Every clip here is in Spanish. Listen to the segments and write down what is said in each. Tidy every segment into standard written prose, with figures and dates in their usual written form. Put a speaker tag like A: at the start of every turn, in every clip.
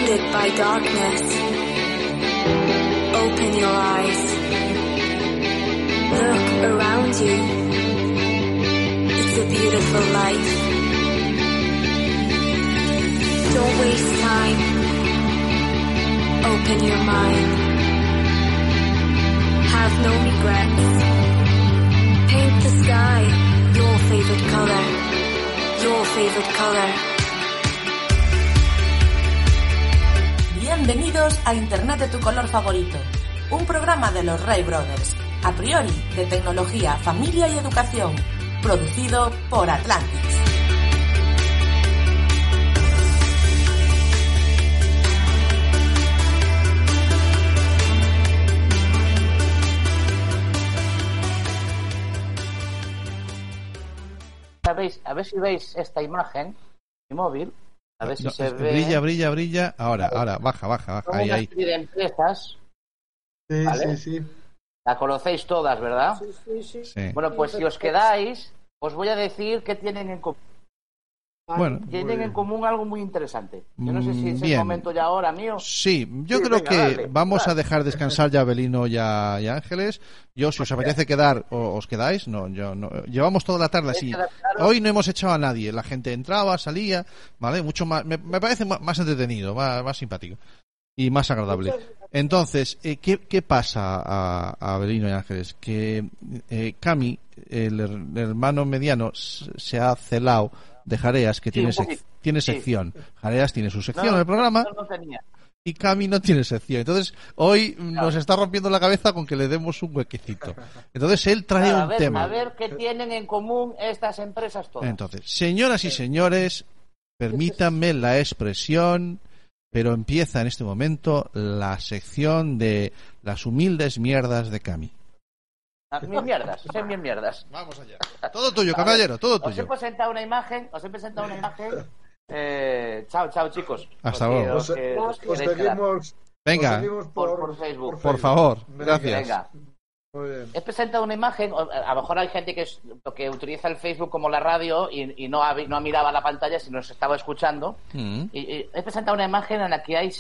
A: surrounded by darkness. Open your eyes. Look around you. It's a beautiful life. Don't waste time. Open your mind. Have no regrets. Paint the sky your favorite color. Your favorite color.
B: Bienvenidos a Internet de tu color favorito, un programa de los Ray Brothers, a priori de tecnología, familia y educación, producido por Atlantis.
C: A ver si veis esta imagen, mi móvil. A ver si se ve.
D: Brilla. Ahora, baja.
C: Son
D: Ahí.
C: una serie de empresas.
E: Sí,
C: ¿vale?
E: sí.
C: La conocéis todas, ¿verdad?
D: Sí.
C: Bueno, pues si os quedáis, os voy a decir qué tienen en común.
D: Bueno,
C: Tienen en común algo muy interesante. Yo no sé si es el
D: bien.
C: momento ya ahora mío.
D: Sí, yo
E: Sí,
D: creo
E: venga,
D: que
E: dale,
D: vamos
E: dale.
D: a dejar descansar ya a Belino y a Ángeles. Yo, si os apetece quedar, os quedáis. No, yo no. Llevamos toda la tarde así. Hoy no hemos echado a nadie. La gente entraba, salía, ¿vale? Mucho más. Me parece más entretenido, más simpático y más agradable. Entonces, ¿qué pasa a Belino y Ángeles? Que Cami, el hermano mediano, se ha celado de Jareas, que
C: Sí, un poquito.
D: tiene
C: Sí.
D: sección. Jareas tiene su sección en el programa
C: No tenía.
D: y Cami no tiene sección. Entonces, hoy nos está rompiendo la cabeza con que le demos un huequecito. Entonces, él trae un tema.
C: A ver qué tienen en común estas empresas todas.
D: Entonces, señoras y señores, permítanme la expresión, pero empieza en este momento la sección de las humildes mierdas de Cami.
C: Mis mierdas, son mis mierdas.
D: Vamos allá. Todo tuyo, caballero, todo
C: Os he
D: tuyo.
C: presentado una imagen. Chao, chicos.
D: Hasta
C: Los que-
D: luego.
C: los que- los
E: Os
C: que queréis quedar.
E: seguimos,
D: Venga,
E: os seguimos
C: Por Facebook.
D: por favor,
E: Venga.
D: gracias.
C: Venga.
E: Muy bien.
C: He presentado una imagen. A lo mejor hay gente que utiliza el Facebook como la radio y no miraba la pantalla, sino se estaba escuchando. Y he presentado una imagen en la que hay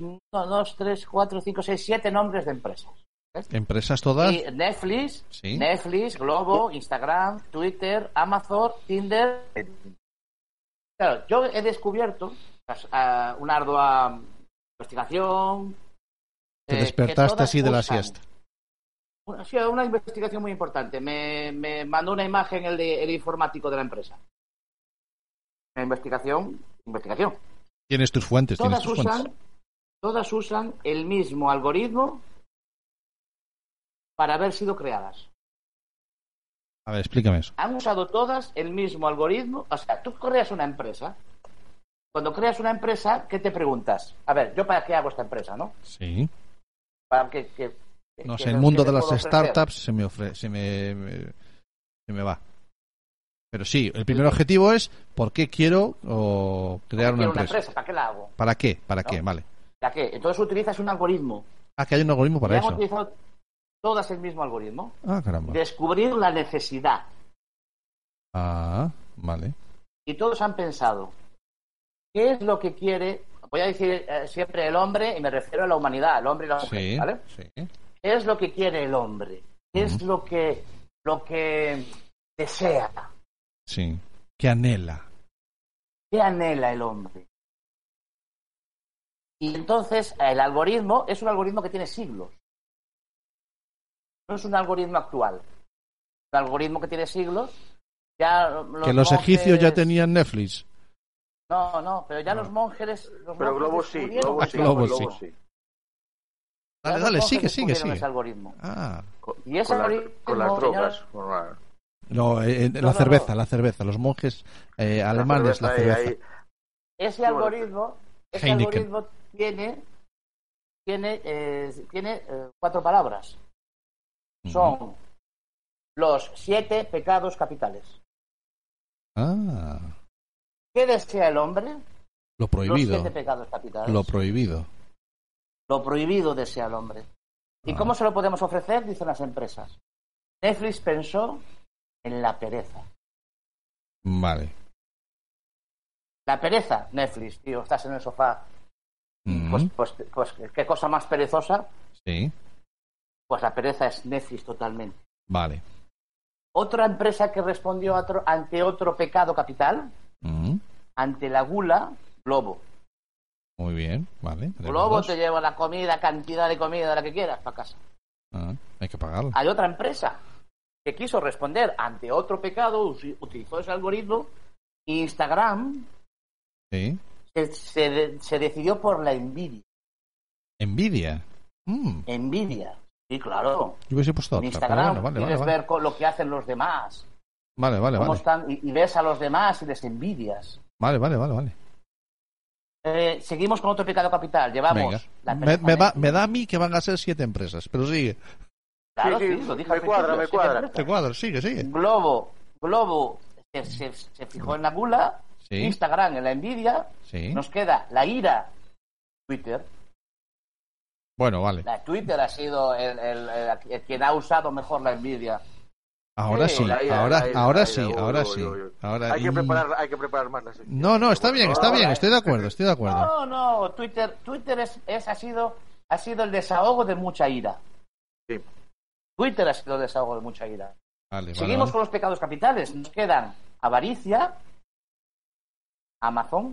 C: 7 nombres de empresas.
D: Empresas todas.
C: Y Netflix,
D: Sí.
C: Netflix, Globo, Instagram, Twitter, Amazon, Tinder. Claro, yo he descubierto tras una ardua investigación.
D: Te
C: que
D: despertaste
C: todas
D: así de la
C: usan-
D: siesta.
C: una investigación muy importante. Me mandó una imagen el informático de la empresa. Una investigación.
D: Tienes tus fuentes,
C: Todas usan el mismo algoritmo para haber sido creadas.
D: A ver, explícame eso.
C: Han usado todas el mismo algoritmo. O sea, tú creas una empresa. Cuando creas una empresa, ¿qué te preguntas? A ver, ¿yo para qué hago esta empresa, no?
D: Sí.
C: ¿Para
D: No
C: qué
D: sé, el
C: me-
D: mundo
C: qué
D: de
C: me
D: las
C: puedo ofrecer?
D: startups se me va. Pero sí, el primer objetivo es ¿por qué quiero crear una
C: Quiero
D: empresa?
C: ¿Para qué la hago?
D: ¿Para qué? ¿Para qué?
C: ¿No?
D: Vale.
C: ¿Para qué? Entonces utilizas un algoritmo.
D: Ah, que hay un algoritmo
C: Y
D: para
C: han
D: eso.
C: utilizado todas el mismo algoritmo.
D: Ah, caramba.
C: Descubrir la necesidad.
D: Ah, vale.
C: Y todos han pensado, ¿qué es lo que quiere? Voy a decir siempre el hombre, y me refiero a la humanidad, el hombre y la mujer,
D: Sí,
C: ¿vale?
D: sí.
C: ¿Qué es lo que quiere el hombre? ¿Qué es lo que desea?
D: Sí. Que anhela.
C: ¿Qué anhela el hombre? Y entonces el algoritmo es un algoritmo que tiene siglos. No es un algoritmo actual. Un algoritmo que tiene siglos. Ya
D: Que los egipcios ya
C: monjes-
D: tenían Netflix.
C: No, pero ya los monjes...
E: Pero Globo sí, Globo sí.
D: Globo
E: Globo
D: sí.
E: sí.
C: Ya
D: Dale,
C: los
D: dale,
C: monjes
D: sigue.
C: descubrieron ese algoritmo.
D: Ah.
C: Y ese algoritmo,
E: Con las drogas.
C: señor,
E: Con la-
D: No,
C: No,
D: la cerveza. Los monjes alemanes, la
E: cerveza
D: cerveza.
E: ahí.
C: ese algoritmo
D: Heineken.
C: tiene 4 palabras. Son los 7 pecados capitales.
D: Ah,
C: ¿Qué desea el hombre?
D: lo prohibido.
C: Los 7 pecados capitales.
D: Lo prohibido.
C: Lo prohibido desea el hombre. ¿Y cómo se lo podemos ofrecer? Dicen las empresas. Netflix pensó en la pereza.
D: Vale.
C: La pereza, Netflix, tío, estás en el sofá Pues, ¿qué cosa más perezosa?
D: Sí.
C: Pues la pereza es Netflix totalmente.
D: Vale.
C: Otra empresa que respondió ante otro pecado capital, ante la gula, Globo.
D: Muy bien, vale.
C: Globo te lleva la comida, cantidad de comida, la que quieras, para casa.
D: Hay que pagarla.
C: Hay otra empresa que quiso responder ante otro pecado, utilizó ese algoritmo, Instagram.
D: Sí.
C: Se decidió por la envidia.
D: ¿Envidia?
C: Envidia, sí, claro.
D: Yo hubiese puesto
C: en
D: otra.
C: Instagram
D: Vale.
C: quieres ver lo que hacen los demás.
D: Vale.
C: Cómo están, y ves a los demás y les envidias.
D: Vale.
C: Seguimos con otro pecado capital. Llevamos
D: me da a mí que van a ser 7 empresas, pero sigue.
C: Claro, sí, lo dije
E: me cuadra.
D: Te cuadra, sigue.
C: Globo se fijó en la gula,
D: sí.
C: Instagram en la envidia,
D: sí.
C: Nos queda la ira, Twitter.
D: Bueno, vale.
C: Twitter ha sido el quien ha usado mejor la envidia.
D: Ahora sí.
E: Hay que preparar más la sección.
D: No, está bien, estoy de acuerdo.
C: No, Twitter ha sido el desahogo de mucha ira.
E: Sí.
C: Twitter ha sido el desahogo de mucha ira. Seguimos
D: vale.
C: con los pecados capitales. Nos quedan avaricia, Amazon,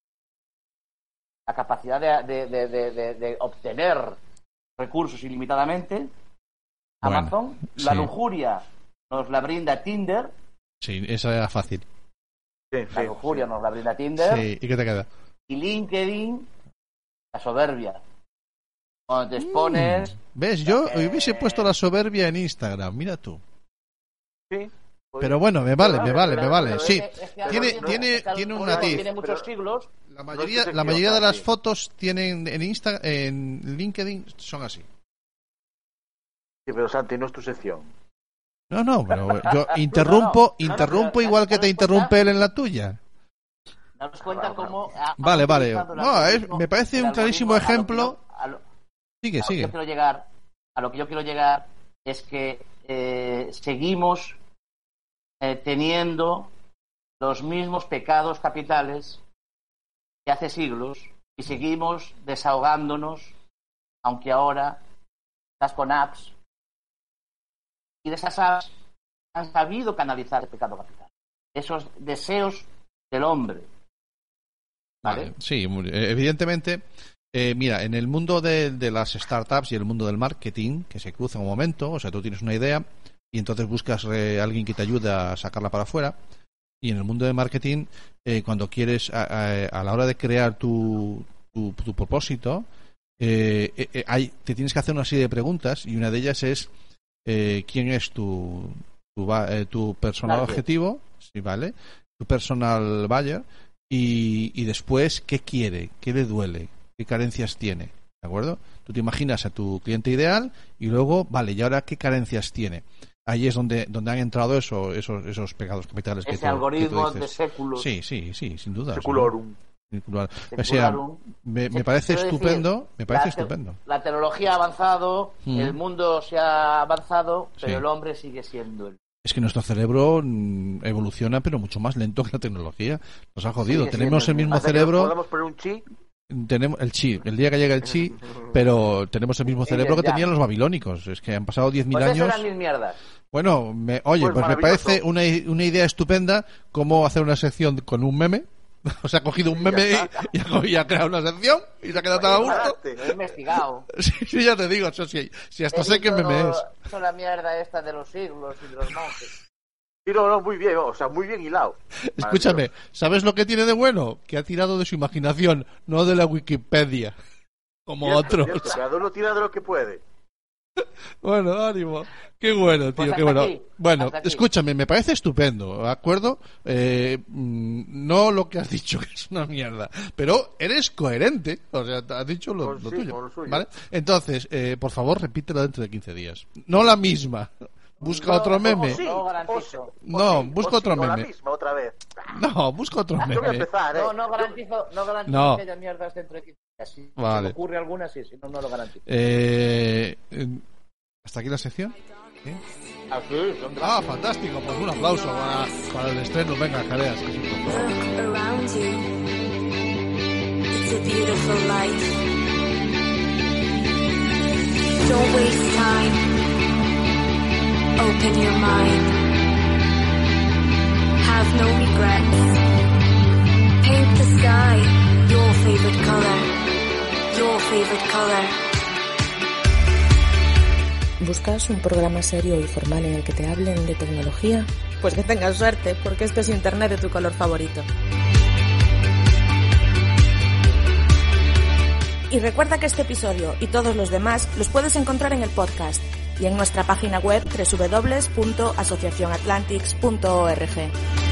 C: la capacidad de obtener recursos ilimitadamente, Amazon, la lujuria nos la brinda Tinder.
D: Sí, esa era fácil.
C: La lujuria nos la brinda Tinder.
D: Sí, ¿y qué te queda?
C: Y LinkedIn, la soberbia. Cuando te expones...
D: ¿Ves? Yo hubiese puesto la soberbia en Instagram, mira tú.
E: Sí.
D: Pero bueno, me vale. Sí, tiene un matiz.
C: Tiene muchos siglos.
D: La mayoría de las fotos tienen en LinkedIn son así.
E: Sí, pero Santi, no es tu sección.
D: No, pero yo interrumpo igual que te interrumpe él en la tuya.
C: Daros cuenta cómo...
D: Vale. No, me parece un clarísimo ejemplo. Sigue.
C: A lo que yo quiero llegar es que seguimos teniendo los mismos pecados capitales que hace siglos y seguimos desahogándonos, aunque ahora estás con apps y de esas apps han sabido canalizar el pecado capital, esos deseos del hombre. ¿Vale?
D: Sí, evidentemente. Mira, en el mundo de las startups y el mundo del marketing, que se cruza un momento, o sea, tú tienes una idea y entonces buscas a alguien que te ayude a sacarla para afuera. Y en el mundo del marketing, cuando quieres, a la hora de crear tu propósito, te tienes que hacer una serie de preguntas y una de ellas es ¿quién es tu personal objetivo? Sí, vale. Tu personal buyer. Y después, ¿qué quiere? ¿Qué le duele? ¿Qué carencias tiene? ¿De acuerdo? Tú te imaginas a tu cliente ideal y luego, vale, ¿y ahora qué carencias tiene? Ahí es donde han entrado esos pecados capitales.
C: Ese algoritmo de séculos.
D: Sí, sin duda.
E: Seculorum.
D: O sea, me parece estupendo.
C: La tecnología ha avanzado, el mundo se ha avanzado, pero el hombre sigue siendo el...
D: Es que nuestro cerebro evoluciona, pero mucho más lento que la tecnología. Nos ha jodido. Tenemos el mismo cerebro.
E: ¿Podemos poner un chi?
D: Tenemos el chi, el día que llega el chi, pero tenemos el mismo cerebro que tenían los babilónicos. Es que han pasado 10.000 años.
C: Esas eran mis mierdas.
D: Bueno, pues me parece una idea estupenda cómo hacer una sección con un meme. O sea, ha cogido un meme y ha creado una sección y se ha quedado tan a gusto.
C: Lo he investigado.
D: Sí, ya te digo, si hasta sé qué meme es.
C: Son la mierda esta de los siglos y de los monjes.
E: Sí, no, muy bien, o sea, muy bien hilado.
D: Escúchame, ¿sabes lo que tiene de bueno? Que ha tirado de su imaginación, no de la Wikipedia, como otros.
E: Cierto, cada uno tira de lo que puede.
D: Bueno, ánimo. Qué bueno, tío, qué bueno. Bueno, escúchame, me parece estupendo, ¿de acuerdo? No lo que has dicho, que es una mierda, pero eres coherente, o sea, has dicho lo tuyo, ¿vale? Entonces, por favor, repítelo dentro de 15 días. No la misma. Busca otro meme. Busca otro meme.
E: La misma, otra vez.
D: No, busca otro meme.
C: No garantizo que haya mierdas dentro de 15 días. Si me ocurre alguna, sí, si no, no lo garantizo.
D: ¿Hasta aquí la sección? ¿Sí? Fantástico. Pues un aplauso para el estreno. Venga, Jareas.
A: Look around you. It's a beautiful life. Don't waste time. Open your mind. Have no regrets. Paint the sky your favorite color. Your favorite color.
B: ¿Buscas un programa serio y formal en el que te hablen de tecnología? Pues que tengas suerte, porque este es Internet de tu color favorito. Y recuerda que este episodio y todos los demás los puedes encontrar en el podcast y en nuestra página web www.asociacionatlantics.org.